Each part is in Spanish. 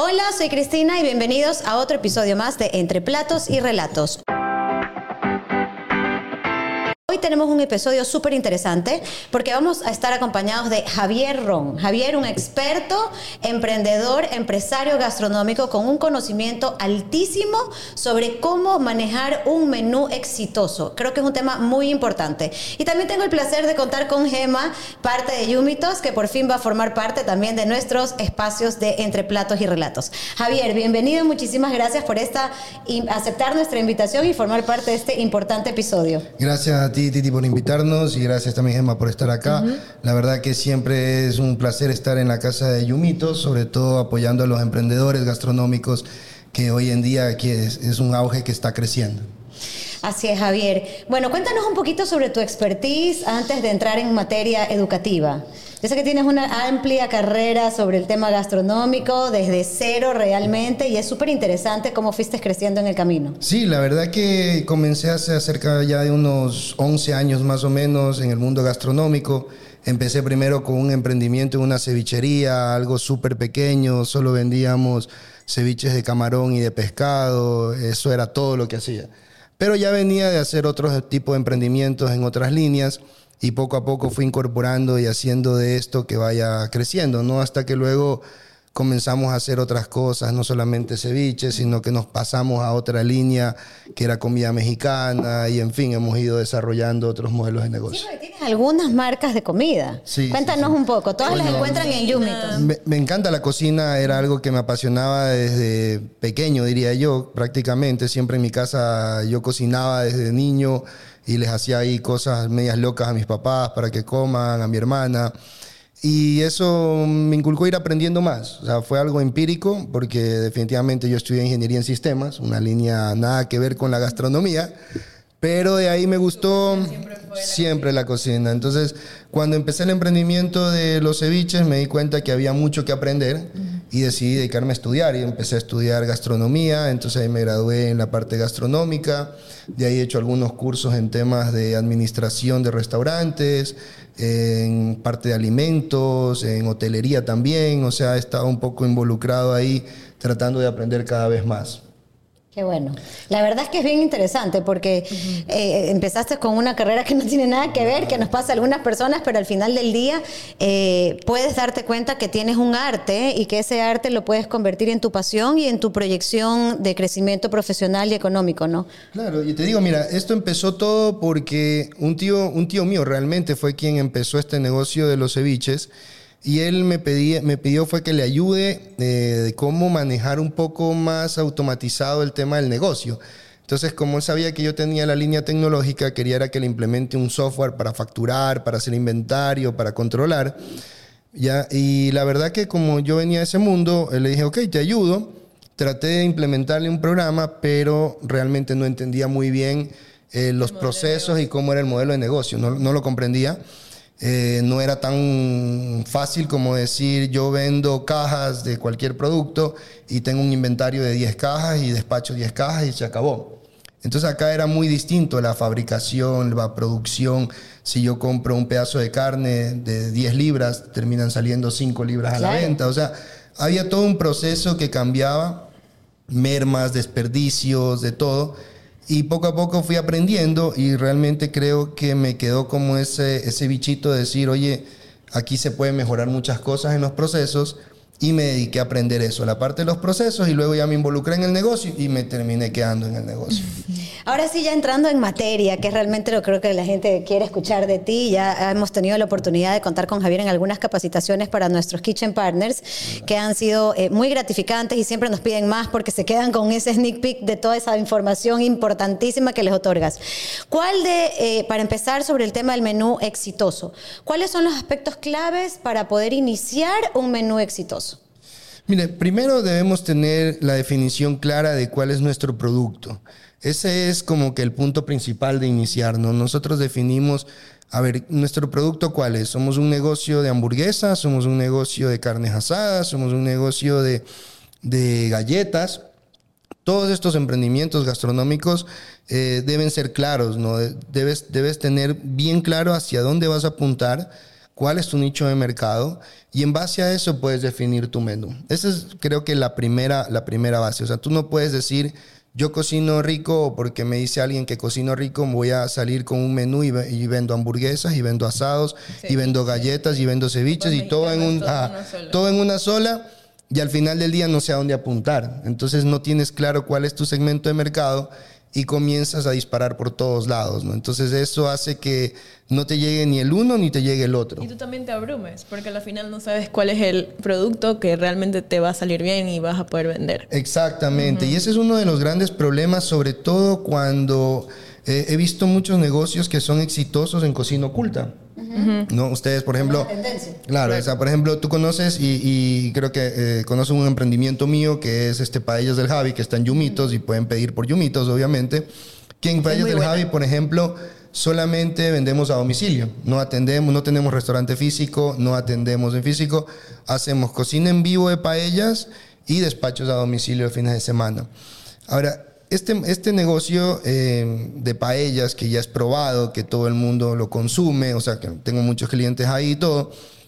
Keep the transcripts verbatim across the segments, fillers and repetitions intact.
Hola, soy Cristina y bienvenidos a otro episodio más de Entre Platos y Relatos. Hoy tenemos un episodio súper interesante porque vamos a estar acompañados de Javier Ron. Javier, un experto, emprendedor, empresario gastronómico con un conocimiento altísimo sobre cómo manejar un menú exitoso. Creo que es un tema muy importante. Y también tengo el placer de contar con Gema, parte de Yumitos, que por fin va a formar parte también de nuestros espacios de Entre Platos y Relatos. Javier, bienvenido y muchísimas gracias por esta, aceptar nuestra invitación y formar parte de este importante episodio. Gracias a ti, Titi, por invitarnos, y gracias también, Gemma, por estar acá. Uh-huh. La verdad que siempre es un placer estar en la casa de Yumitos, sobre todo apoyando a los emprendedores gastronómicos, que hoy en día aquí es, es un auge que está creciendo. Así es, Javier. Bueno, cuéntanos un poquito sobre tu expertise antes de entrar en materia educativa. Yo sé que tienes una amplia carrera sobre el tema gastronómico, desde cero realmente, y es súper interesante cómo fuiste creciendo en el camino. Sí, la verdad que comencé hace cerca ya de unos once años más o menos en el mundo gastronómico. Empecé primero con un emprendimiento en una cevichería, algo súper pequeño, solo vendíamos ceviches de camarón y de pescado, eso era todo lo que hacía. Pero ya venía de hacer otros tipos de emprendimientos en otras líneas, y poco a poco fui incorporando y haciendo de esto que vaya creciendo, ¿no? Hasta que luego comenzamos a hacer otras cosas, no solamente ceviche, sino que nos pasamos a otra línea que era comida mexicana, y en fin, hemos ido desarrollando otros modelos de negocio. Sí, porque tienes algunas marcas de comida. Sí, Cuéntanos sí, sí. un poco, todas bueno, las encuentran en Yumitos. Me, me encanta la cocina, era algo que me apasionaba desde pequeño, diría yo, prácticamente. Siempre en mi casa yo cocinaba desde niño y les hacía ahí cosas medias locas a mis papás para que coman, a mi hermana. Y eso me inculcó ir aprendiendo más. O sea, fue algo empírico, porque definitivamente yo estudié ingeniería en sistemas, una línea nada que ver con la gastronomía, pero de ahí me gustó siempre, siempre la cocina. Entonces, cuando empecé el emprendimiento de los ceviches, me di cuenta que había mucho que aprender uh-huh. y decidí dedicarme a estudiar, y empecé a estudiar gastronomía. Entonces ahí me gradué en la parte gastronómica. De ahí he hecho algunos cursos en temas de administración de restaurantes, en parte de alimentos, en hotelería también. O sea, he estado un poco involucrado ahí tratando de aprender cada vez más. Qué bueno. La verdad es que es bien interesante porque uh-huh. eh, empezaste con una carrera que no tiene nada que ver, que nos pasa a algunas personas, pero al final del día eh, puedes darte cuenta que tienes un arte y que ese arte lo puedes convertir en tu pasión y en tu proyección de crecimiento profesional y económico, ¿no? Claro, y te digo, mira, esto empezó todo porque un tío, un tío mío realmente fue quien empezó este negocio de los ceviches. Y él me, pedía, me pidió fue que le ayude eh, de cómo manejar un poco más automatizado el tema del negocio. Entonces, como él sabía que yo tenía la línea tecnológica, quería era que le implemente un software para facturar, para hacer inventario, para controlar. ¿Ya? Y la verdad que como yo venía de ese mundo, le dije, ok, te ayudo. Traté de implementarle un programa, pero realmente no entendía muy bien eh, los procesos y cómo era el modelo de negocio. No, no lo comprendía. Eh, no era tan fácil como decir yo vendo cajas de cualquier producto y tengo un inventario de diez cajas y despacho diez cajas y se acabó. Entonces acá era muy distinto la fabricación, la producción. Si yo compro un pedazo de carne de diez libras, terminan saliendo cinco libras a claro. la venta. O sea, había todo un proceso que cambiaba, mermas, desperdicios, de todo. Y poco a poco fui aprendiendo, y realmente creo que me quedó como ese, ese bichito de decir, oye, aquí se pueden mejorar muchas cosas en los procesos, y me dediqué a aprender eso, la parte de los procesos, y luego ya me involucré en el negocio y me terminé quedando en el negocio. Ahora sí, ya entrando en materia, que realmente lo creo que la gente quiere escuchar de ti. Ya hemos tenido la oportunidad de contar con Javier en algunas capacitaciones para nuestros Kitchen Partners, que han sido eh, muy gratificantes, y siempre nos piden más porque se quedan con ese sneak peek de toda esa información importantísima que les otorgas. ¿Cuál de, eh, para empezar sobre el tema del menú exitoso, cuáles son los aspectos claves para poder iniciar un menú exitoso? Mire, primero debemos tener la definición clara de cuál es nuestro producto. Ese es como que el punto principal de iniciar, ¿no? Nosotros definimos, a ver, ¿nuestro producto cuál es? ¿Somos un negocio de hamburguesas? ¿Somos un negocio de carnes asadas? ¿Somos un negocio de, de galletas? Todos estos emprendimientos gastronómicos eh, deben ser claros, ¿no? Debes, debes tener bien claro hacia dónde vas a apuntar, cuál es tu nicho de mercado y en base a eso puedes definir tu menú. Esa es, creo que, la primera, la primera base. O sea, tú no puedes decir, yo cocino rico o porque me dice alguien que cocino rico, voy a salir con un menú y, y vendo hamburguesas y vendo asados sí. y vendo galletas y vendo ceviches y todo en, un, todo, ah, todo en una sola y al final del día no sé a dónde apuntar. Entonces no tienes claro cuál es tu segmento de mercado y comienzas a disparar por todos lados, ¿no? Entonces eso hace que no te llegue ni el uno ni te llegue el otro. Y tú también te abrumes, porque al final no sabes cuál es el producto que realmente te va a salir bien y vas a poder vender. Exactamente. Uh-huh. Y ese es uno de los grandes problemas, sobre todo cuando eh, he visto muchos negocios que son exitosos en cocina oculta. Uh-huh. ¿No? Ustedes, por ejemplo... Claro, o sea, por ejemplo, tú conoces y, y creo que eh, conoces un emprendimiento mío que es este Paellas del Javi, que está en Yumitos uh-huh. y pueden pedir por Yumitos, obviamente. Que en Paellas del buena. Javi, por ejemplo, solamente vendemos a domicilio. No atendemos, no tenemos restaurante físico, no atendemos en físico. Hacemos cocina en vivo de paellas y despachos a domicilio de fines de semana. Ahora, Este, este negocio eh, de paellas que ya es probado, que todo el mundo lo consume, o sea, que tengo muchos clientes ahí y todo,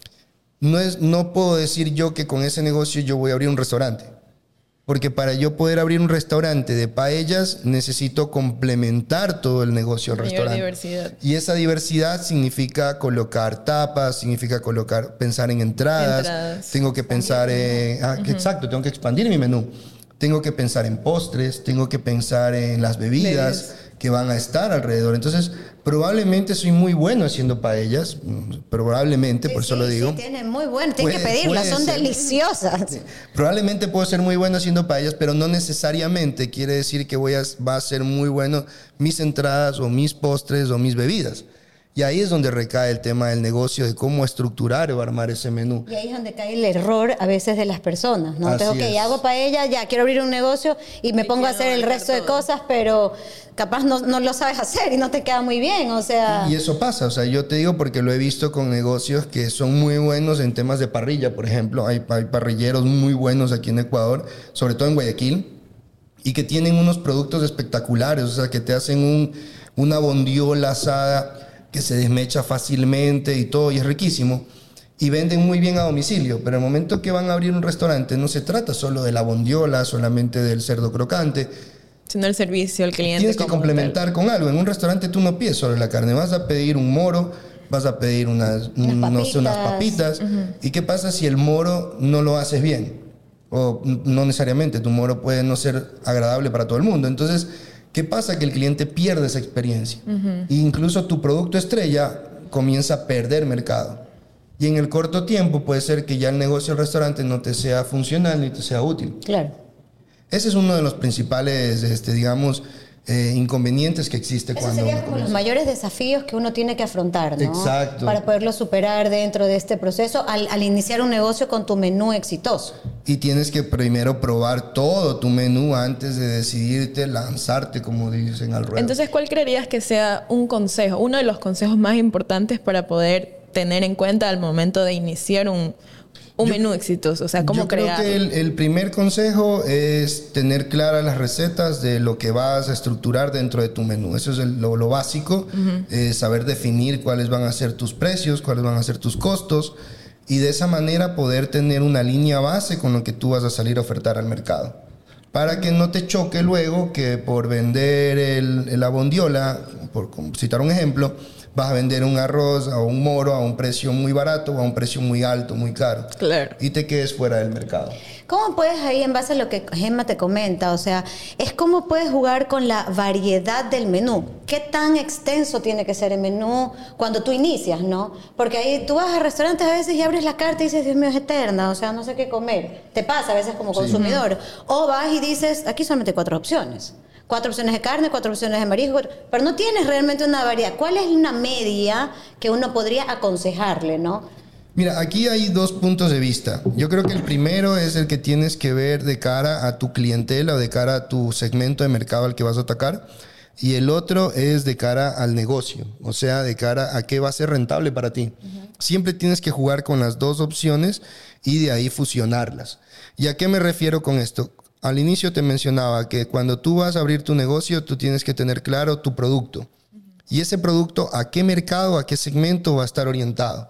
no, es, no puedo decir yo que con ese negocio yo voy a abrir un restaurante. Porque para yo poder abrir un restaurante de paellas necesito complementar todo el negocio del restaurante. Diversidad. Y esa diversidad significa colocar tapas, significa colocar, pensar en entradas. entradas. Tengo que pensar en... Ah, uh-huh. Exacto, tengo que expandir mi menú. Tengo que pensar en postres, tengo que pensar en las bebidas Bebes. que van a estar alrededor. Entonces, probablemente soy muy bueno haciendo paellas, probablemente, sí, por eso sí, lo digo. Sí, tienen muy bueno, tienes que pedirlas, son ser. deliciosas. Sí. Probablemente puedo ser muy bueno haciendo paellas, pero no necesariamente quiere decir que voy a, va a ser muy bueno mis entradas o mis postres o mis bebidas. Y ahí es donde recae el tema del negocio, de cómo estructurar o armar ese menú. Y ahí es donde cae el error a veces de las personas, ¿no? Así Entonces, ok, es. hago paella, ya quiero abrir un negocio y me y pongo a hacer el resto todo. de cosas, pero capaz no, no lo sabes hacer y no te queda muy bien, o sea... Y eso pasa, o sea, yo te digo porque lo he visto con negocios que son muy buenos en temas de parrilla, por ejemplo. Hay, hay parrilleros muy buenos aquí en Ecuador, sobre todo en Guayaquil, y que tienen unos productos espectaculares, o sea, que te hacen un, una bondiola asada que se desmecha fácilmente y todo, y es riquísimo, y venden muy bien a domicilio, pero el momento que van a abrir un restaurante no se trata solo de la bondiola, solamente del cerdo crocante, sino el servicio al cliente. Tienes que complementar tal. con algo. En un restaurante tú no pides solo la carne, vas a pedir un moro, vas a pedir unas, unas, no sé, unas papitas, uh-huh. ¿Y qué pasa si el moro no lo haces bien? O no necesariamente, tu moro puede no ser agradable para todo el mundo, entonces... ¿Qué pasa? Que el cliente pierde esa experiencia. Uh-huh. E incluso tu producto estrella comienza a perder mercado. Y en el corto tiempo puede ser que ya el negocio del restaurante no te sea funcional ni te sea útil. Claro. Ese es uno de los principales, este, digamos, eh, inconvenientes que existe Eso cuando sería uno como comienza. los mayores desafíos que uno tiene que afrontar, ¿no? Exacto. Para poderlo superar dentro de este proceso al, al iniciar un negocio con tu menú exitoso. Y tienes que primero probar todo tu menú antes de decidirte lanzarte, como dicen al ruedo. Entonces, ¿cuál creerías que sea un consejo, uno de los consejos más importantes para poder tener en cuenta al momento de iniciar un, un yo, menú exitoso? O sea, ¿cómo crear? Yo creo que el, el primer consejo es tener claras las recetas de lo que vas a estructurar dentro de tu menú. Eso es el, lo, lo básico, uh-huh. eh, saber definir cuáles van a ser tus precios, cuáles van a ser tus costos, y de esa manera poder tener una línea base con lo que tú vas a salir a ofertar al mercado. Para que no te choque luego que por vender el, el la bondiola, por citar un ejemplo, vas a vender un arroz o un moro a un precio muy barato o a un precio muy alto, muy caro. Claro. Y te quedes fuera del mercado. ¿Cómo puedes ahí, en base a lo que Gemma te comenta, o sea, es cómo puedes jugar con la variedad del menú? ¿Qué tan extenso tiene que ser el menú cuando tú inicias, no? Porque ahí tú vas a restaurantes a veces y abres la carta y dices, Dios mío, es eterna, o sea, no sé qué comer. Te pasa a veces como consumidor. Sí. O vas y dices, aquí solamente cuatro opciones. Cuatro opciones de carne, cuatro opciones de marisco, pero no tienes realmente una variedad. ¿Cuál es una media que uno podría aconsejarle, no? Mira, aquí hay dos puntos de vista. Yo creo que el primero es el que tienes que ver de cara a tu clientela o de cara a tu segmento de mercado al que vas a atacar. Y el otro es de cara al negocio, o sea, de cara a qué va a ser rentable para ti. Uh-huh. Siempre tienes que jugar con las dos opciones y de ahí fusionarlas. ¿Y a qué me refiero con esto? Al inicio te mencionaba que cuando tú vas a abrir tu negocio, tú tienes que tener claro tu producto. Uh-huh. Y ese producto, ¿a qué mercado, a qué segmento va a estar orientado?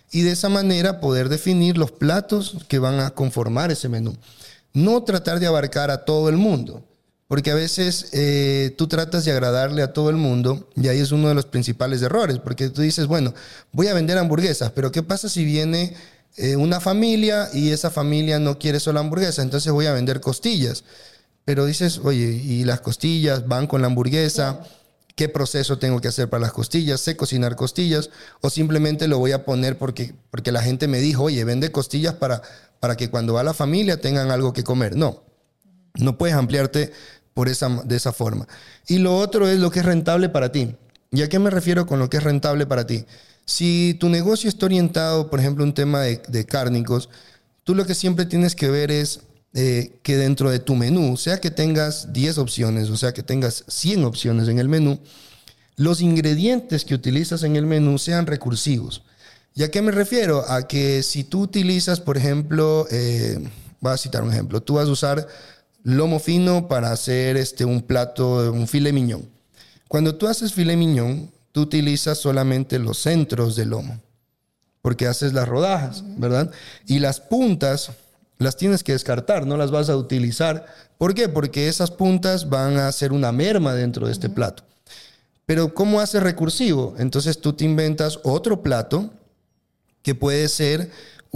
y de esa manera poder definir los platos que van a conformar ese menú. No tratar de abarcar a todo el mundo, porque a veces eh, tú tratas de agradarle a todo el mundo y ahí es uno de los principales errores, porque tú dices, bueno, voy a vender hamburguesas, pero ¿qué pasa si viene eh, una familia y esa familia no quiere solo hamburguesa? Entonces voy a vender costillas. Pero dices, oye, ¿y las costillas van con la hamburguesa? ¿Qué proceso tengo que hacer para las costillas? ¿Sé cocinar costillas? ¿O simplemente lo voy a poner porque, porque la gente me dijo, oye, vende costillas para, para que cuando va la familia tengan algo que comer? No, no puedes ampliarte por esa, de esa forma. Y lo otro es lo que es rentable para ti. ¿Y a qué me refiero con lo que es rentable para ti? Si tu negocio está orientado, por ejemplo, a un tema de, de cárnicos, tú lo que siempre tienes que ver es Eh, que dentro de tu menú, sea que tengas diez opciones, o sea que tengas cien opciones en el menú, los ingredientes que utilizas en el menú sean recursivos. ¿Y a qué me refiero? A que si tú utilizas, por ejemplo, eh, voy a citar un ejemplo, tú vas a usar lomo fino para hacer este, un plato, un filet mignon. Cuando tú haces filet mignon, tú utilizas solamente los centros del lomo, porque haces las rodajas, ¿verdad? Y las puntas las tienes que descartar, no las vas a utilizar. ¿Por qué? Porque esas puntas van a ser una merma dentro de este plato. Pero ¿cómo haces recursivo? Entonces tú te inventas otro plato que puede ser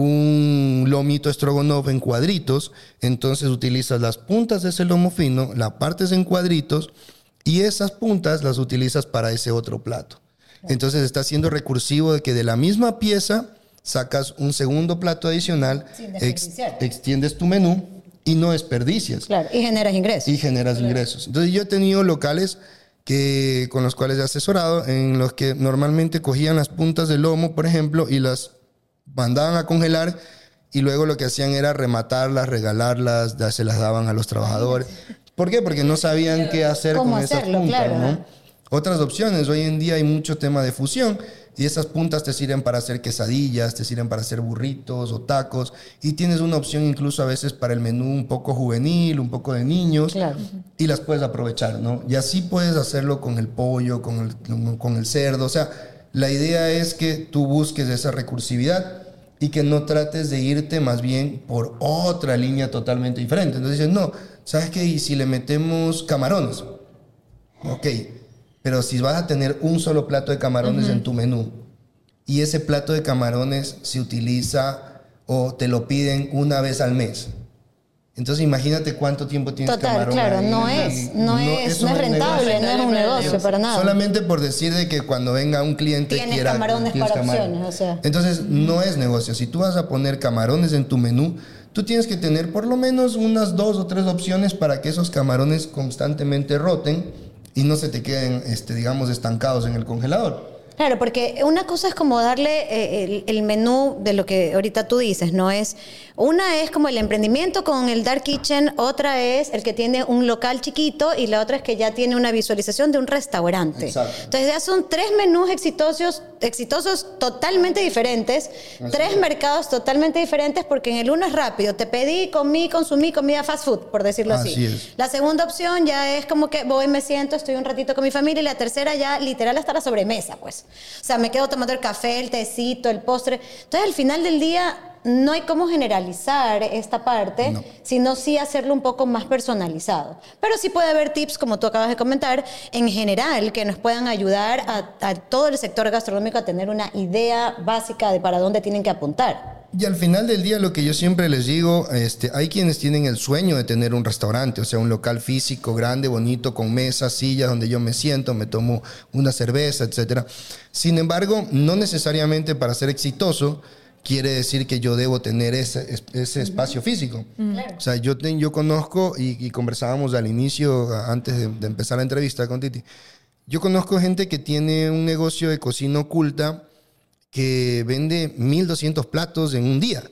un lomito stroganoff en cuadritos. Entonces utilizas las puntas de ese lomo fino, las partes en cuadritos y esas puntas las utilizas para ese otro plato. Entonces está siendo recursivo de que de la misma pieza sacas un segundo plato adicional, ex, extiendes tu menú y no desperdicias. Claro, y generas ingresos. Y generas claro. ingresos. Entonces yo he tenido locales que, con los cuales he asesorado, en los que normalmente cogían las puntas del lomo, por ejemplo, y las mandaban a congelar y luego lo que hacían era rematarlas, regalarlas, se las daban a los trabajadores. ¿Por qué? Porque no sabían qué hacer con esas puntas, claro. ¿no? Otras opciones, hoy en día hay mucho tema de fusión y esas puntas te sirven para hacer quesadillas, te sirven para hacer burritos o tacos y tienes una opción incluso a veces para el menú un poco juvenil, un poco de niños claro. y las puedes aprovechar, ¿no? Y así puedes hacerlo con el pollo, con el, con el cerdo, o sea, la idea es que tú busques esa recursividad y que no trates de irte más bien por otra línea totalmente diferente. Entonces dices, no, ¿sabes qué? Y si le metemos camarones, ok, pero si vas a tener un solo plato de camarones uh-huh. en tu menú y ese plato de camarones se utiliza o te lo piden una vez al mes, entonces imagínate cuánto tiempo tienes Total, camarón claro, ahí. no es, no, no es, no es rentable, no es un negocio para nada. Solamente por decir de que cuando venga un cliente tienes quiera, camarones tienes para camarones. opciones, o sea. Entonces no es negocio. Si tú vas a poner camarones en tu menú, tú tienes que tener por lo menos unas dos o tres opciones para que esos camarones constantemente roten y no se te queden, este, digamos, estancados en el congelador. Claro, porque una cosa es como darle eh, el, el menú de lo que ahorita tú dices, ¿no? Es, una es como el emprendimiento con el Dark Kitchen, otra es el que tiene un local chiquito y la otra es que ya tiene una visualización de un restaurante. Exacto. Entonces ya son tres menús exitosos, exitosos totalmente diferentes, Así tres es. mercados totalmente diferentes porque en el uno es rápido, te pedí, comí, consumí comida fast food, por decirlo así. así. Es. La segunda opción ya es como que voy, me siento, estoy un ratito con mi familia y la tercera ya literal hasta la sobremesa, pues. O sea, me quedo tomando el café, el tecito, el postre. Entonces, al final del día, no hay cómo generalizar esta parte, no. sino sí hacerlo un poco más personalizado. Pero sí puede haber tips, como tú acabas de comentar, en general, que nos puedan ayudar a, a todo el sector gastronómico a tener una idea básica de para dónde tienen que apuntar. Y al final del día, lo que yo siempre les digo, este, hay quienes tienen el sueño de tener un restaurante, o sea, un local físico, grande, bonito, con mesas, sillas, donde yo me siento, me tomo una cerveza, etcétera. Sin embargo, no necesariamente para ser exitoso quiere decir que yo debo tener ese, ese espacio físico. Mm. O sea, yo, te, yo conozco, y, y conversábamos al inicio, antes de, de empezar la entrevista con Titi, yo conozco gente que tiene un negocio de cocina oculta que vende mil doscientos platos en un día.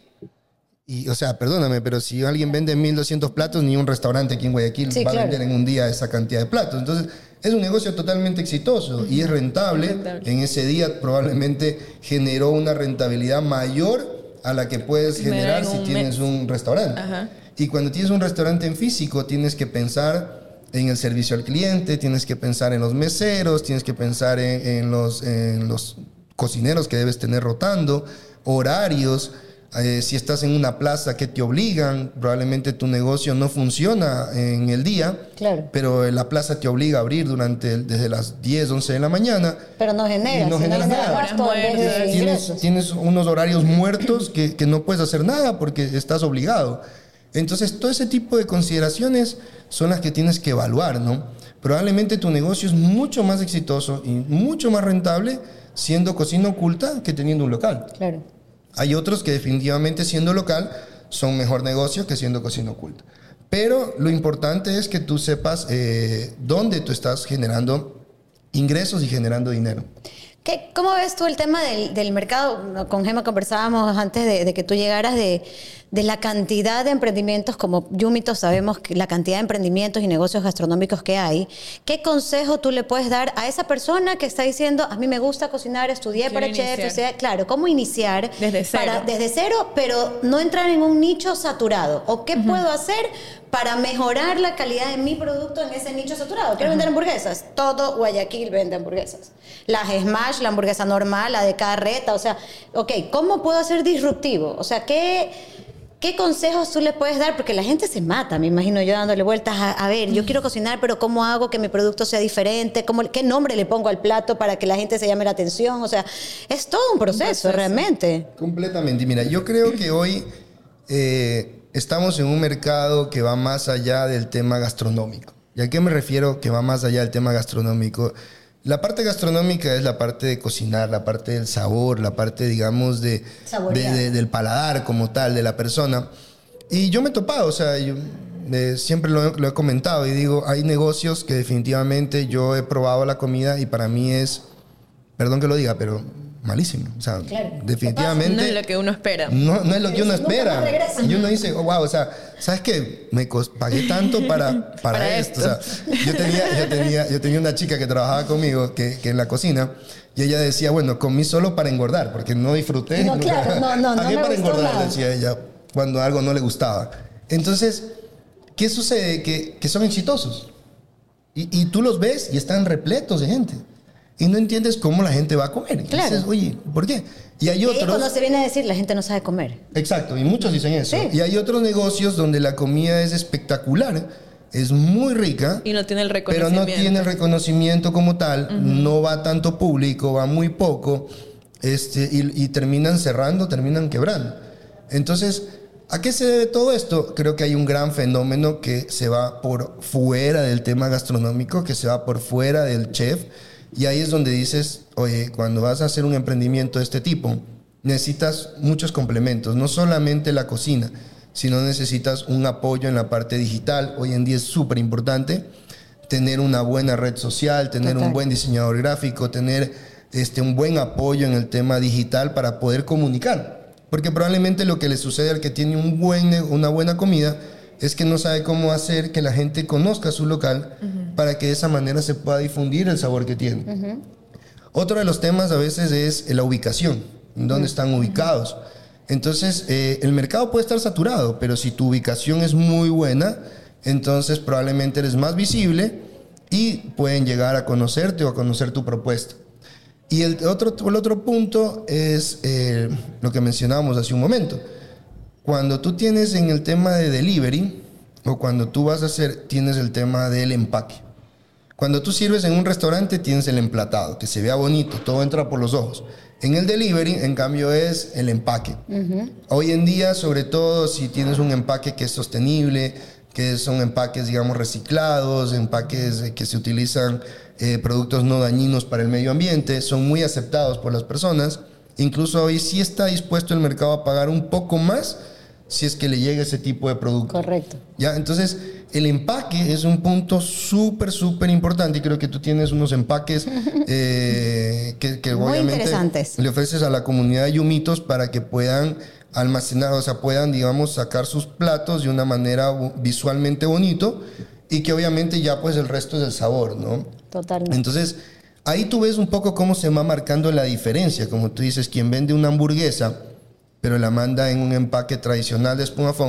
Y, o sea, perdóname, pero si alguien vende mil doscientos platos, ni un restaurante aquí en Guayaquil sí, va claro. a vender en un día esa cantidad de platos. Entonces, es un negocio totalmente exitoso y es rentable. Es rentable. En ese día probablemente generó una rentabilidad mayor a la que puedes generar si tienes mes. un restaurante. Ajá. Y cuando tienes un restaurante en físico, tienes que pensar en el servicio al cliente, tienes que pensar en los meseros, tienes que pensar en, en los... En los cocineros que debes tener rotando, horarios. Eh, si estás en una plaza que te obligan, probablemente tu negocio no funciona en el día, claro. pero la plaza te obliga a abrir durante el, desde las diez, once de la mañana. Pero no genera, no si genera no genera nada. gasto en vez de Tienes, ingresos. tienes unos horarios muertos que, que no puedes hacer nada porque estás obligado. Entonces, todo ese tipo de consideraciones son las que tienes que evaluar, ¿no? Probablemente tu negocio es mucho más exitoso y mucho más rentable siendo cocina oculta que teniendo un local. Claro. Hay otros que definitivamente siendo local son mejor negocio que siendo cocina oculta. Pero lo importante es que tú sepas eh, dónde tú estás generando ingresos y generando dinero. ¿Qué, ¿Cómo ves tú el tema del, del mercado? Con Gemma conversábamos antes de, de que tú llegaras de, de la cantidad de emprendimientos, como Yumito sabemos que la cantidad de emprendimientos y negocios gastronómicos que hay. ¿Qué consejo tú le puedes dar a esa persona que está diciendo, a mí me gusta cocinar, estudié Quiero para chef, iniciar. o sea, claro, cómo iniciar Desde cero. Para, desde cero, pero no entrar en un nicho saturado? ¿O qué uh-huh. puedo hacer para mejorar la calidad de mi producto en ese nicho saturado? Quiero uh-huh. vender hamburguesas. Todo Guayaquil vende hamburguesas. Las Smash, la hamburguesa normal, la de carreta, o sea, ok, ¿cómo puedo ser disruptivo? O sea, ¿qué, qué consejos tú le puedes dar? Porque la gente se mata, me imagino yo dándole vueltas a, a ver, yo quiero cocinar, pero ¿cómo hago que mi producto sea diferente? ¿Cómo, ¿Qué nombre le pongo al plato para que la gente se llame la atención? O sea, es todo un proceso, un proceso. realmente. Completamente. Mira, yo creo que hoy eh, estamos en un mercado que va más allá del tema gastronómico. ¿Y a qué me refiero que va más allá del tema gastronómico? La parte gastronómica es la parte de cocinar, la parte del sabor, la parte, digamos, de, de, de, del paladar como tal de la persona. Y yo me he topado, o sea, yo, eh, siempre lo, lo he comentado y digo, hay negocios que definitivamente yo he probado la comida y para mí es, perdón que lo diga, pero malísimo. O sea, claro. definitivamente... No es lo que uno espera. No, no es lo que uno espera. Y uno dice, oh, wow, o sea, ¿sabes qué? Me pagué tanto para, para, para esto. esto. O sea, yo tenía, yo, tenía, yo tenía una chica que trabajaba conmigo, que, que en la cocina, y ella decía, bueno, comí solo para engordar, porque no disfruté. No, claro, no, no, no ¿Pagué me para engordar? nada. Decía ella, cuando algo no le gustaba. Entonces, ¿qué sucede? Que, que son exitosos. Y, y tú los ves y están repletos de gente. Y no entiendes cómo la gente va a comer. Claro. Dices, oye, ¿por qué? Y hay otros... Y cuando se viene a decir, la gente no sabe comer. Exacto, y muchos dicen eso. Sí. Y hay otros negocios donde la comida es espectacular, es muy rica. Y no tiene el reconocimiento. Pero no tiene el reconocimiento como tal, uh-huh. no va tanto público, va muy poco, este, y, y terminan cerrando, terminan quebrando. Entonces, ¿a qué se debe todo esto? Creo que hay un gran fenómeno que se va por fuera del tema gastronómico, que se va por fuera del chef. Y ahí es donde dices, oye, cuando vas a hacer un emprendimiento de este tipo, necesitas muchos complementos, no solamente la cocina, sino necesitas un apoyo en la parte digital. Hoy en día es súper importante tener una buena red social, tener Total. un buen diseñador gráfico, tener este, un buen apoyo en el tema digital para poder comunicar. Porque probablemente lo que le sucede al que tiene un buen, una buena comida es que no sabe cómo hacer que la gente conozca su local uh-huh. para que de esa manera se pueda difundir el sabor que tiene. Uh-huh. Otro de los temas a veces es la ubicación, dónde uh-huh. están ubicados. Entonces, eh, el mercado puede estar saturado, pero si tu ubicación es muy buena, entonces probablemente eres más visible y pueden llegar a conocerte o a conocer tu propuesta. Y el otro, el otro punto es eh, lo que mencionábamos hace un momento. Cuando tú tienes en el tema de delivery o cuando tú vas a hacer, tienes el tema del empaque. Cuando tú sirves en un restaurante tienes el emplatado, que se vea bonito, todo entra por los ojos. En el delivery, en cambio, es el empaque. Uh-huh. Hoy en día, sobre todo si tienes un empaque que es sostenible, que son empaques, digamos, reciclados, empaques que se utilizan eh, productos no dañinos para el medio ambiente, son muy aceptados por las personas. Incluso hoy sí está dispuesto el mercado a pagar un poco más si es que le llega ese tipo de producto. Correcto. ¿Ya? Entonces, el empaque es un punto súper, súper importante y creo que tú tienes unos empaques eh, que, que muy obviamente interesantes. Le ofreces a la comunidad de Yumitos para que puedan almacenar, o sea, puedan, digamos, sacar sus platos de una manera visualmente bonito y que obviamente ya pues el resto es el sabor, ¿no? Totalmente. Entonces, ahí tú ves un poco cómo se va marcando la diferencia. Como tú dices, quien vende una hamburguesa, pero la manda en un empaque tradicional de espumafón,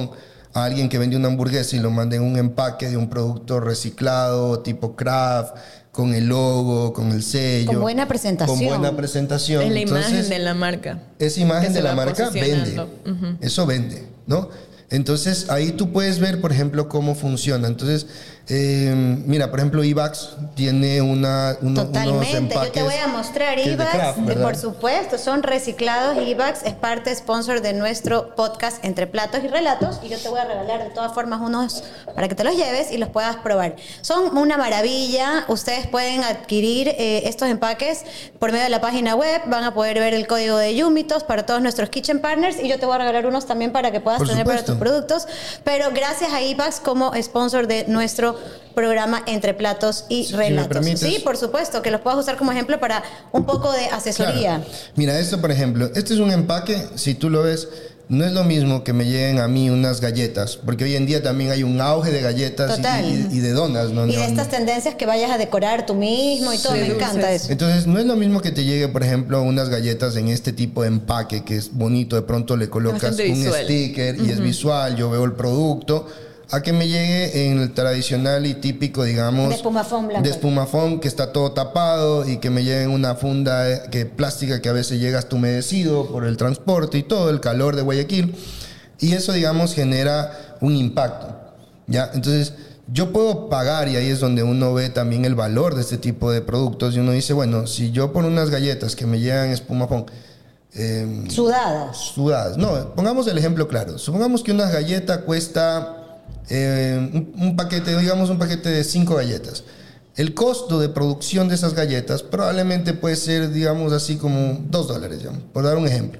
a alguien que vende una hamburguesa y lo manda en un empaque de un producto reciclado, tipo craft, con el logo, con el sello. Con buena presentación. Con buena presentación. Es la Entonces, imagen de la marca. esa imagen que de se la va marca vende. posicionando. Ujú. Eso vende, ¿no? Entonces, ahí tú puedes ver, por ejemplo, cómo funciona. Entonces, eh, mira, por ejemplo, Ivax tiene una, uno, unos Totalmente, empaques. yo te voy a mostrar que es de Ivax, craft, eh, ¿verdad? por supuesto, son reciclados. Ivax es parte sponsor de nuestro podcast Entre Platos y Relatos, y yo te voy a regalar de todas formas unos para que te los lleves y los puedas probar. Son una maravilla, ustedes pueden adquirir eh, estos empaques por medio de la página web, van a poder ver el código de Yumitos para todos nuestros kitchen partners, y yo te voy a regalar unos también para que puedas Por tener supuesto. para tus productos, pero gracias a Ivax como sponsor de nuestro programa Entre Platos y Si me Relatos. permites. Sí, por supuesto, que los puedas usar como ejemplo para un poco de asesoría. Claro. Mira, esto, por ejemplo, este es un empaque, si tú lo ves, no es lo mismo que me lleguen a mí unas galletas, porque hoy en día también hay un auge de galletas y, Total. y- y de donas, ¿no? Y de No, estas no. tendencias que vayas a decorar tú mismo y todo, Sí, me dulces. encanta eso. Entonces, no es lo mismo que te llegue, por ejemplo, unas galletas en este tipo de empaque, que es bonito, de pronto le colocas Bastante un visual. sticker y es visual, yo veo el producto, a que me llegue en el tradicional y típico, digamos, De espumafón blanco. de espumafón, que está todo tapado, y que me llegue en una funda eh, que plástica que a veces llega hasta humedecido por el transporte y todo, el calor de Guayaquil, y eso, digamos, genera un impacto, ¿ya? Entonces, yo puedo pagar, y ahí es donde uno ve también el valor de este tipo de productos, y uno dice, bueno, si yo por unas galletas que me llegan en espumafón, eh, Sudadas. sudadas. No, pongamos el ejemplo claro. Supongamos que una galleta cuesta eh, un, un paquete, digamos un paquete de cinco galletas. El costo de producción de esas galletas probablemente puede ser, digamos así, como dos dólares, digamos, por dar un ejemplo.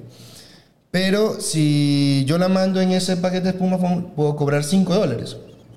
Pero si yo la mando en ese paquete de espumafón, puedo cobrar cinco dólares.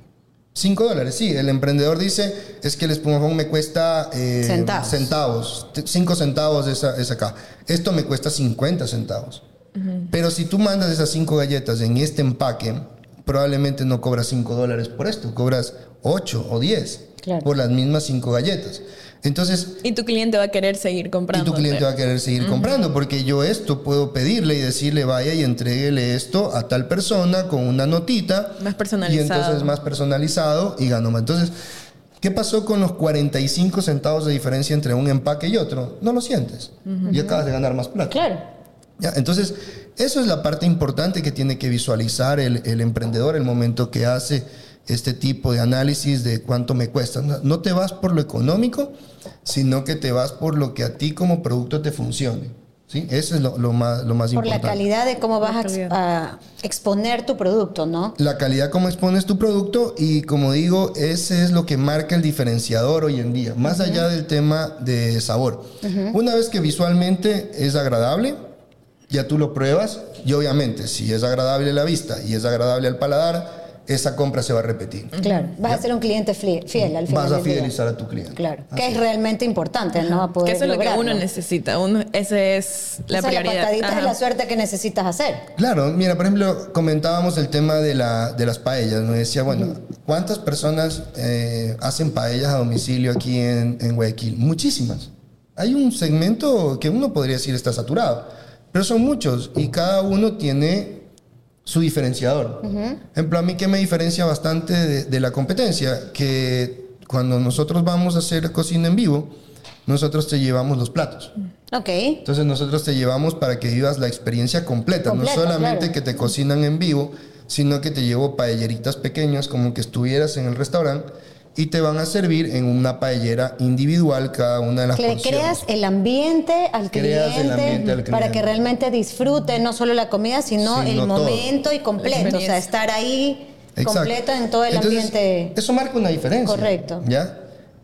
cinco dólares, sí. El emprendedor dice, es que el espumafón me cuesta eh, Centavos. centavos. cinco centavos esa, esa acá. Esto me cuesta cincuenta centavos. Pero si tú mandas esas cinco galletas en este empaque, probablemente no cobras cinco dólares por esto. Cobras ocho o diez Claro. por las mismas cinco galletas. Entonces, Y tu cliente va a querer seguir y comprando. tu cliente va a querer seguir comprando, porque yo esto puedo pedirle y decirle, vaya y entréguele esto a tal persona con una notita. Más personalizado. Y entonces más personalizado y gano más. Entonces, ¿qué pasó con los cuarenta y cinco centavos de diferencia entre un empaque y otro? No lo sientes. Y acabas de ganar más plata. Claro. ¿Ya? Entonces, eso es la parte importante que tiene que visualizar el, el emprendedor el momento que hace este tipo de análisis de cuánto me cuesta. No, no te vas por lo económico, sino que te vas por lo que a ti como producto te funcione. ¿Sí? Eso es lo, lo más, lo más Por la importante. calidad de cómo vas La a, ex- calidad. a exponer tu producto, ¿no? La calidad como expones tu producto, y como digo, ese es lo que marca el diferenciador hoy en día, más allá del tema de sabor. Una vez que visualmente es agradable, ya tú lo pruebas, y obviamente si es agradable a la vista y es agradable al paladar, esa compra se va a repetir. Claro. Vas a ser un cliente fli- fiel al final Vas a del día. fidelizar a tu cliente. Claro. Así Que es realmente importante, ¿no? A poder Que eso es lo que lograrlo. uno necesita. Uno, ese es la Esa es prioridad. la patadita Ajá. de la suerte que necesitas hacer. Claro, mira, por ejemplo, comentábamos el tema de, la, de las paellas. Me decía, bueno, ¿cuántas personas eh, hacen paellas a domicilio aquí en, en Guayaquil? Muchísimas. Hay un segmento que uno podría decir está saturado, pero son muchos y cada uno tiene su diferenciador. Por ejemplo, a mí que me diferencia bastante de, de la competencia, que cuando nosotros vamos a hacer cocina en vivo, nosotros te llevamos los platos. Ok. Entonces nosotros te llevamos para que vivas la experiencia completa, Completa, no solamente claro. que te cocinan en vivo, sino que te llevo paelleritas pequeñas como que estuvieras en el restaurante y te van a servir en una paellera individual cada una de las Le porciones. creas el ambiente al Creas el cliente, ambiente al para cliente. que realmente disfrute no solo la comida, sino Sino el todo. momento y completo. O sea, experiencia. estar ahí Exacto. completo en todo el Entonces, ambiente. Eso marca una diferencia. Correcto. ¿Ya?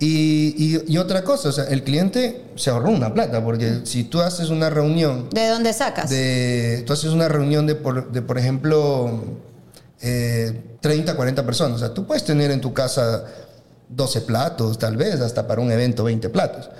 Y, y, y otra cosa, o sea, el cliente se ahorró una plata, porque si tú haces una reunión ¿De dónde sacas? de, tú haces una reunión de, por, de, por ejemplo, eh, treinta, cuarenta personas. O sea, tú puedes tener en tu casa doce platos, tal vez, hasta para un evento veinte platos.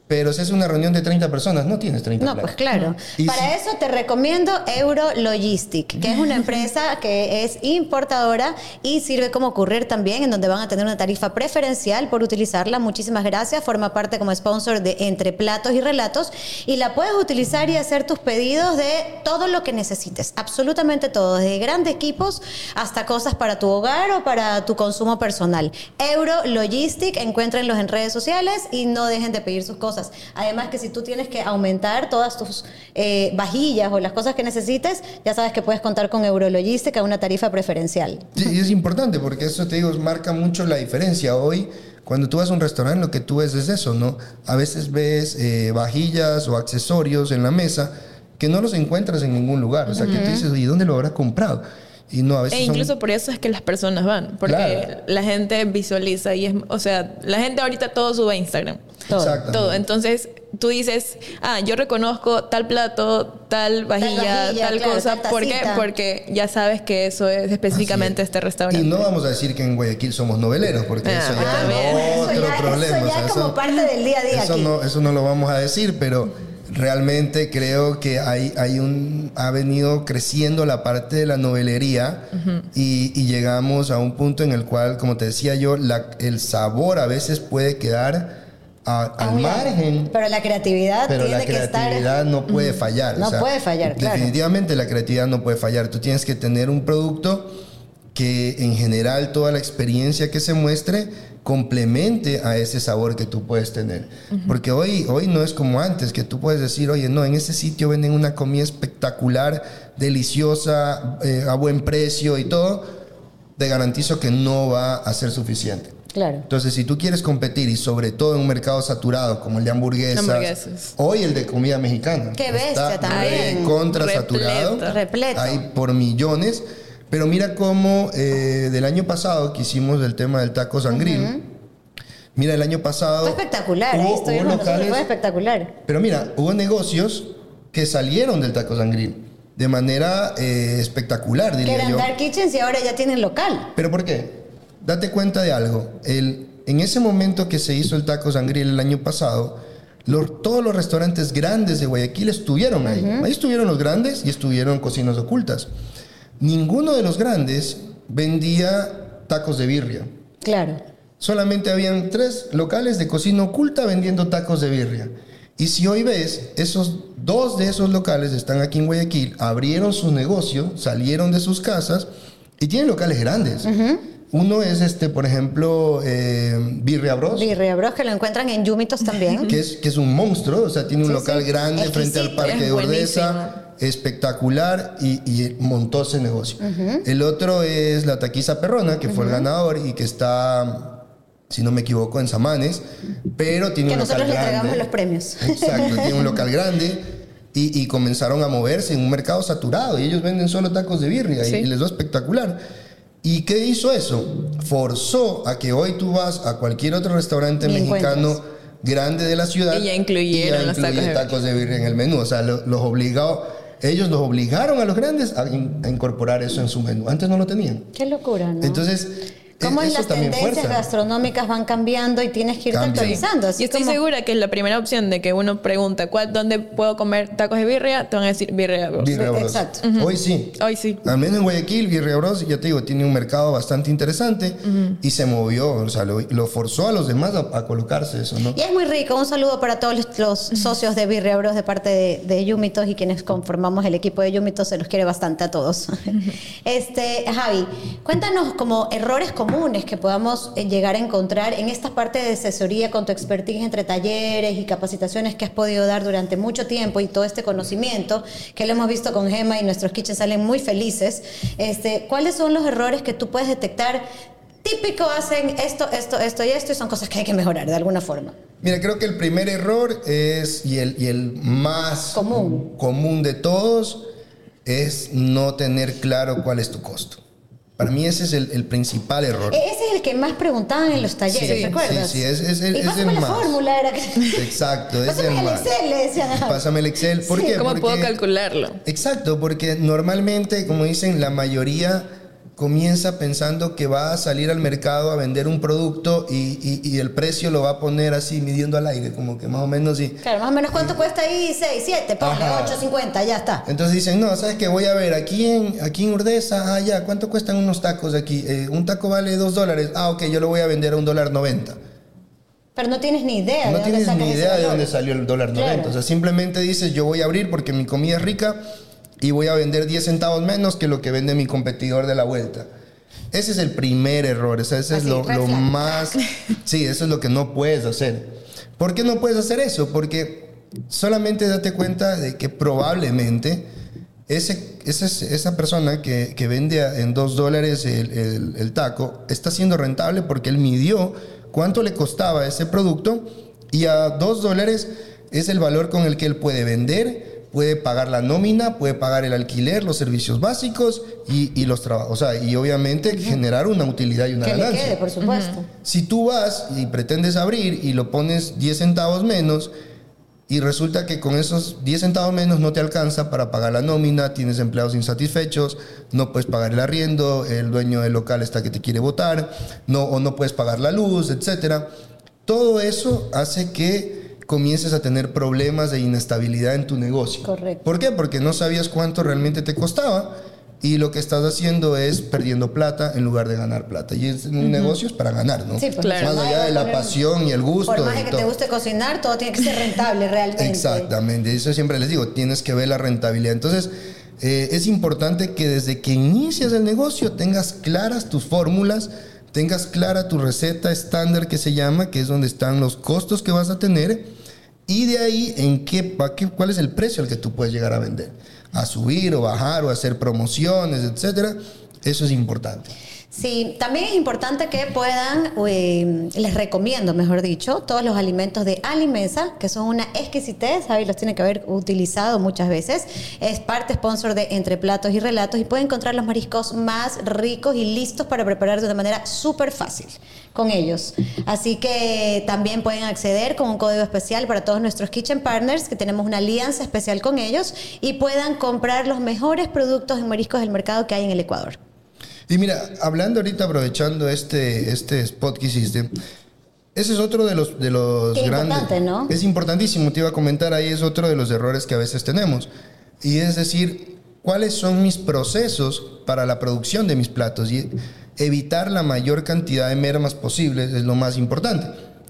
Pero si es una reunión de treinta personas, no tienes treinta No, platos. pues claro. Y Para si- eso te recomiendo Eurologistic, que es una empresa que es importadora y sirve como courier también, en donde van a tener una tarifa preferencial por utilizarla. Muchísimas gracias. Forma parte como sponsor de Entre Platos y Relatos y la puedes utilizar y hacer tus pedidos de todo lo que necesites. Absolutamente todo, desde grandes equipos hasta cosas para tu hogar o para tu consumo personal. Eurologistic, encuéntrenlos en redes sociales y no dejen de pedir sus cosas. Además que si tú tienes que aumentar todas tus eh, vajillas o las cosas que necesites, ya sabes que puedes contar con Eurologistic a una tarifa preferencial. Sí, y es importante porque eso, te digo, marca mucho la diferencia. Hoy, cuando tú vas a un restaurante, lo que tú ves es eso, ¿no? A veces ves eh, vajillas o accesorios en la mesa que no los encuentras en ningún lugar. O sea, uh-huh. que tú dices, ¿y dónde lo habrás comprado? Y no, a veces e incluso son... por eso es que las personas van, porque claro. la gente visualiza y es, o sea, la gente ahorita todo sube a Instagram. Todo. Todo. Entonces, tú dices, ah, yo reconozco tal plato, tal vajilla, tal, vajilla, tal claro, cosa. Tal ¿Por qué? Porque ya sabes que eso es específicamente este restaurante. Y no vamos a decir que en Guayaquil somos noveleros, porque ah, eso ya ah, es otro eso ya, problema. Eso ya o sea, es como eso, parte del día a día eso aquí. No, eso no lo vamos a decir, pero... Realmente creo que hay, hay un, ha venido creciendo la parte de la novelería uh-huh. y, y llegamos a un punto en el cual, como te decía yo, la, el sabor a veces puede quedar a, al Muy margen. Bien. Pero la creatividad pero tiene la que estar... creatividad no puede fallar. No o sea, puede fallar, claro. Definitivamente la creatividad no puede fallar. Tú tienes que tener un producto que en general toda la experiencia que se muestre complemente a ese sabor que tú puedes tener. Uh-huh. Porque hoy, hoy no es como antes, que tú puedes decir, oye, no, en ese sitio venden una comida espectacular, deliciosa, eh, a buen precio y todo. Te garantizo que no va a ser suficiente. Claro. Entonces, si tú quieres competir y sobre todo en un mercado saturado como el de hamburguesas, hamburguesas. Hoy el de comida mexicana. Qué bestia está también. Contra saturado. Repleto. Hay por millones. Pero mira cómo eh, del año pasado que hicimos el tema del taco sangril, uh-huh. mira, el año pasado... Fue espectacular, hubo, esto hubo locales, fue espectacular. Pero mira, hubo negocios que salieron del taco sangril de manera eh, espectacular, diría yo. Que eran dark kitchens y ahora ya tienen local. ¿Pero por qué? Date cuenta de algo. El, en ese momento que se hizo el taco sangril el año pasado, los, todos los restaurantes grandes de Guayaquil estuvieron ahí. Uh-huh. Ahí estuvieron los grandes y estuvieron cocinas ocultas. Ninguno de los grandes vendía tacos de birria. Claro. Solamente habían tres locales de cocina oculta vendiendo tacos de birria. Y si hoy ves, esos dos de esos locales están aquí en Guayaquil, abrieron su negocio, salieron de sus casas y tienen locales grandes. Uh-huh. Uno es, este, por ejemplo, eh, Birria Bros. Birria Bros, que lo encuentran en Yumitos también. que, es, que es un monstruo, o sea, tiene un sí, local sí. grande es frente sí, al Parque de Ordesa. Espectacular y, y montó ese negocio. Uh-huh. El otro es la Taquiza Perrona, que uh-huh. fue el ganador y que está, si no me equivoco, en Samanes, pero tiene que un local grande. Que nosotros le entregamos los premios. Exacto, tiene un local grande y, y comenzaron a moverse en un mercado saturado y ellos venden solo tacos de birria sí. y, y les va espectacular. ¿Y qué hizo eso? Forzó a que hoy tú vas a cualquier otro restaurante y mexicano encuentras. grande de la ciudad y ya incluyeron y ya los tacos de, tacos de birria en el menú. O sea, los, los obligó... Ellos los obligaron a los grandes a, in, a incorporar eso en su menú. Antes no lo tenían. Qué locura, ¿no? Entonces, cómo eso las también tendencias fuerza. gastronómicas van cambiando y tienes que irte Cambian. actualizando. Así y estoy como... segura que es la primera opción de que uno pregunta ¿cuál, ¿dónde puedo comer tacos de birria? Te van a decir Birria Bros. Birria Bros. Exacto. Uh-huh. Hoy sí. Hoy sí. Al menos en Guayaquil, Birria Bros, ya te digo, tiene un mercado bastante interesante uh-huh. y se movió, o sea, lo, lo forzó a los demás a, a colocarse eso, ¿no? Y es muy rico. Un saludo para todos los, los socios de Birria Bros de parte de, de Yumitos y quienes conformamos el equipo de Yumitos. Se los quiere bastante a todos. este, Javi, cuéntanos como errores comunes que podamos llegar a encontrar en esta parte de asesoría con tu expertise entre talleres y capacitaciones que has podido dar durante mucho tiempo y todo este conocimiento que lo hemos visto con Gema y nuestros kitchens salen muy felices. Este, ¿cuáles son los errores que tú puedes detectar? Típico hacen esto, esto, esto y esto y son cosas que hay que mejorar de alguna forma. Mira, creo que el primer error es, y el, y el más común. común de todos, es no tener claro cuál es tu costo. Para mí ese es el, el principal error. Ese es el que más preguntaban en los talleres, sí, ¿recuerdas? Sí, sí, es, es, es, y es el la más. fórmula era que... Exacto, es Pásame el, el más. Excel, le decían. Pásame el Excel. ¿Por sí. qué? ¿Cómo porque, puedo calcularlo? Exacto, porque normalmente, como dicen, la mayoría comienza pensando que va a salir al mercado a vender un producto y, y, y el precio lo va a poner así, midiendo al aire, como que más o menos... Y, claro, más o menos cuánto y, cuesta ahí, seis, siete, ponle, ocho cincuenta, ya está. Entonces dicen, no, ¿sabes qué? Voy a ver, aquí en, aquí en Urdesa, ah, ya, ¿cuánto cuestan unos tacos aquí? Eh, un taco vale dos dólares, ah, ok, yo lo voy a vender a un dólar noventa. Pero no tienes ni idea no de tienes dónde ni idea de dónde valor. salió el dólar noventa. Claro. O sea, simplemente dices, yo voy a abrir porque mi comida es rica y voy a vender diez centavos menos que lo que vende mi competidor de la vuelta. Ese es el primer error, o sea, ese Así, es lo, lo más... Sí, eso es lo que no puedes hacer. ¿Por qué no puedes hacer eso? Porque solamente date cuenta de que probablemente ese, ese, esa persona que, que vende en dos dólares el, el, el taco está siendo rentable porque él midió cuánto le costaba ese producto y a dos dólares es el valor con el que él puede vender, puede pagar la nómina, puede pagar el alquiler, los servicios básicos y, y los trabajos. O sea, y obviamente uh-huh. generar una utilidad y una que ganancia. Que le quede, por supuesto. Uh-huh. Si tú vas y pretendes abrir y lo pones diez centavos menos y resulta que con esos diez centavos menos no te alcanza para pagar la nómina, tienes empleados insatisfechos, no puedes pagar el arriendo, el dueño del local está que te quiere botar, no, o no puedes pagar la luz, etcétera. Todo eso hace que comiences a tener problemas de inestabilidad en tu negocio. Correcto. ¿Por qué? Porque no sabías cuánto realmente te costaba y lo que estás haciendo es perdiendo plata en lugar de ganar plata. Y es, un uh-huh. negocio es para ganar, ¿no? Sí, pues claro. Más allá de la pasión y el gusto. Por más que te guste cocinar, todo tiene que ser rentable realmente. Exactamente. Eso siempre les digo, tienes que ver la rentabilidad. Entonces, eh, es importante que desde que inicias el negocio tengas claras tus fórmulas, tengas clara tu receta estándar que se llama, que es donde están los costos que vas a tener. Y de ahí, ¿en qué, qué, ¿cuál es el precio al que tú puedes llegar a vender? A subir o bajar o hacer promociones, etcétera. Eso es importante. Sí, también es importante que puedan, eh, les recomiendo, mejor dicho, todos los alimentos de Alimesa, que son una exquisitez, Javi los tiene que haber utilizado muchas veces. Es parte sponsor de Entre Platos y Relatos y pueden encontrar los mariscos más ricos y listos para preparar de una manera súper fácil con ellos. Así que también pueden acceder con un código especial para todos nuestros Kitchen Partners, que tenemos una alianza especial con ellos, y puedan comprar los mejores productos en mariscos del mercado que hay en el Ecuador. Y mira, hablando ahorita, aprovechando este, este spot que hiciste, ese es otro de los, de los Qué grandes... importante, ¿no? Es importantísimo, te iba a comentar ahí, es otro de los errores que a veces tenemos. Y es decir, ¿cuáles son mis procesos para la producción de mis platos? Y evitar la mayor cantidad de mermas posibles es lo más importante.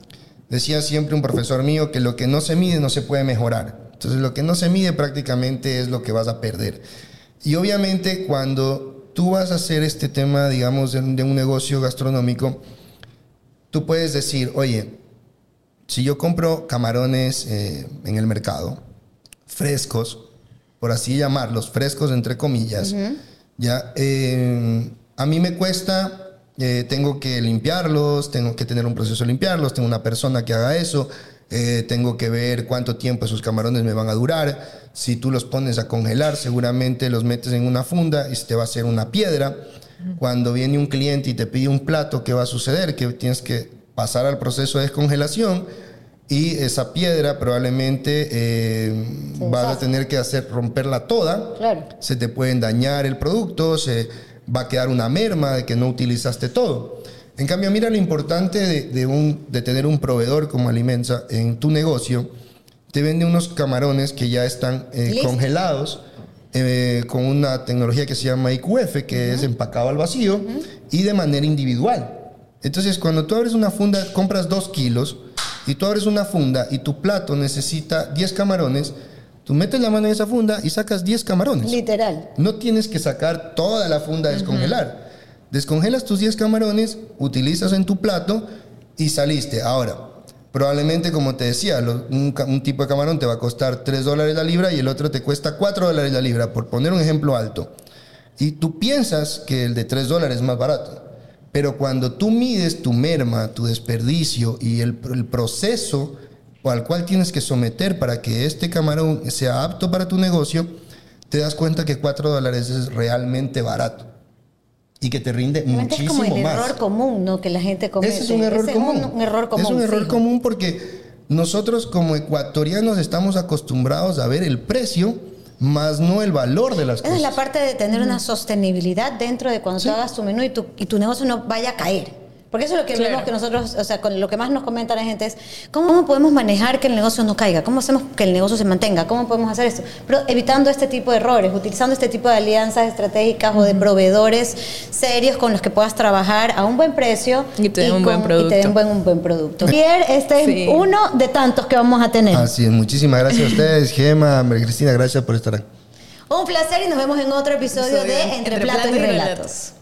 Decía siempre un profesor mío que lo que no se mide no se puede mejorar. Entonces, lo que no se mide prácticamente es lo que vas a perder. Y obviamente, cuando tú vas a hacer este tema, digamos, de, de un negocio gastronómico, tú puedes decir, oye, si yo compro camarones eh, en el mercado, frescos, por así llamarlos, frescos entre comillas, uh-huh. ya, eh, a mí me cuesta, eh, tengo que limpiarlos, tengo que tener un proceso de limpiarlos, tengo una persona que haga eso, eh, tengo que ver cuánto tiempo esos camarones me van a durar. Si tú los pones a congelar, seguramente los metes en una funda y se te va a hacer una piedra. Uh-huh. Cuando viene un cliente y te pide un plato, ¿qué va a suceder? Que tienes que pasar al proceso de descongelación y esa piedra probablemente eh, vas a tener que hacer romperla toda. Claro. Se te pueden dañar el producto, se va a quedar una merma de que no utilizaste todo. En cambio, mira lo importante de, de, un, de tener un proveedor como Alimesa en tu negocio. Te vende unos camarones que ya están eh, congelados eh, con una tecnología que se llama I Q F, que uh-huh. es empacado al vacío uh-huh. y de manera individual. Entonces, cuando tú abres una funda, compras dos kilos y tú abres una funda y tu plato necesita diez camarones, tú metes la mano en esa funda y sacas diez camarones. Literal. No tienes que sacar toda la funda a descongelar. Uh-huh. Descongelas tus diez camarones, utilizas en tu plato y saliste. Ahora, probablemente, como te decía, lo, un, un tipo de camarón te va a costar tres dólares la libra y el otro te cuesta cuatro dólares la libra, por poner un ejemplo alto. Y tú piensas que el de tres dólares es más barato. Pero cuando tú mides tu merma, tu desperdicio y el, el proceso al cual tienes que someter para que este camarón sea apto para tu negocio, te das cuenta que cuatro dólares es realmente barato. Y que te rinde muchísimo más. Es como el más. error común, ¿no? Que la gente comete. Ese es un error Ese común. Es un, un error común. Es un error fijo. común porque nosotros como ecuatorianos estamos acostumbrados a ver el precio más no el valor de las Esa cosas. es la parte de tener una sostenibilidad dentro de cuando sí. tú hagas tu menú y tu, y tu negocio no vaya a caer. Porque eso es lo que claro. vemos que nosotros, o sea, con lo que más nos comenta la gente es ¿cómo podemos manejar que el negocio no caiga? ¿Cómo hacemos que el negocio se mantenga? ¿Cómo podemos hacer esto? Pero evitando este tipo de errores, utilizando este tipo de alianzas estratégicas uh-huh. o de proveedores serios con los que puedas trabajar a un buen precio y te den un, con, buen producto. Y te den un buen, un buen producto. Javier, este sí. es uno de tantos que vamos a tener. Así es, muchísimas gracias a ustedes, Gema, María Cristina, gracias por estar aquí. Un placer y nos vemos en otro episodio, episodio de Entre, Entre Platos, Platos y Relatos. Relatos.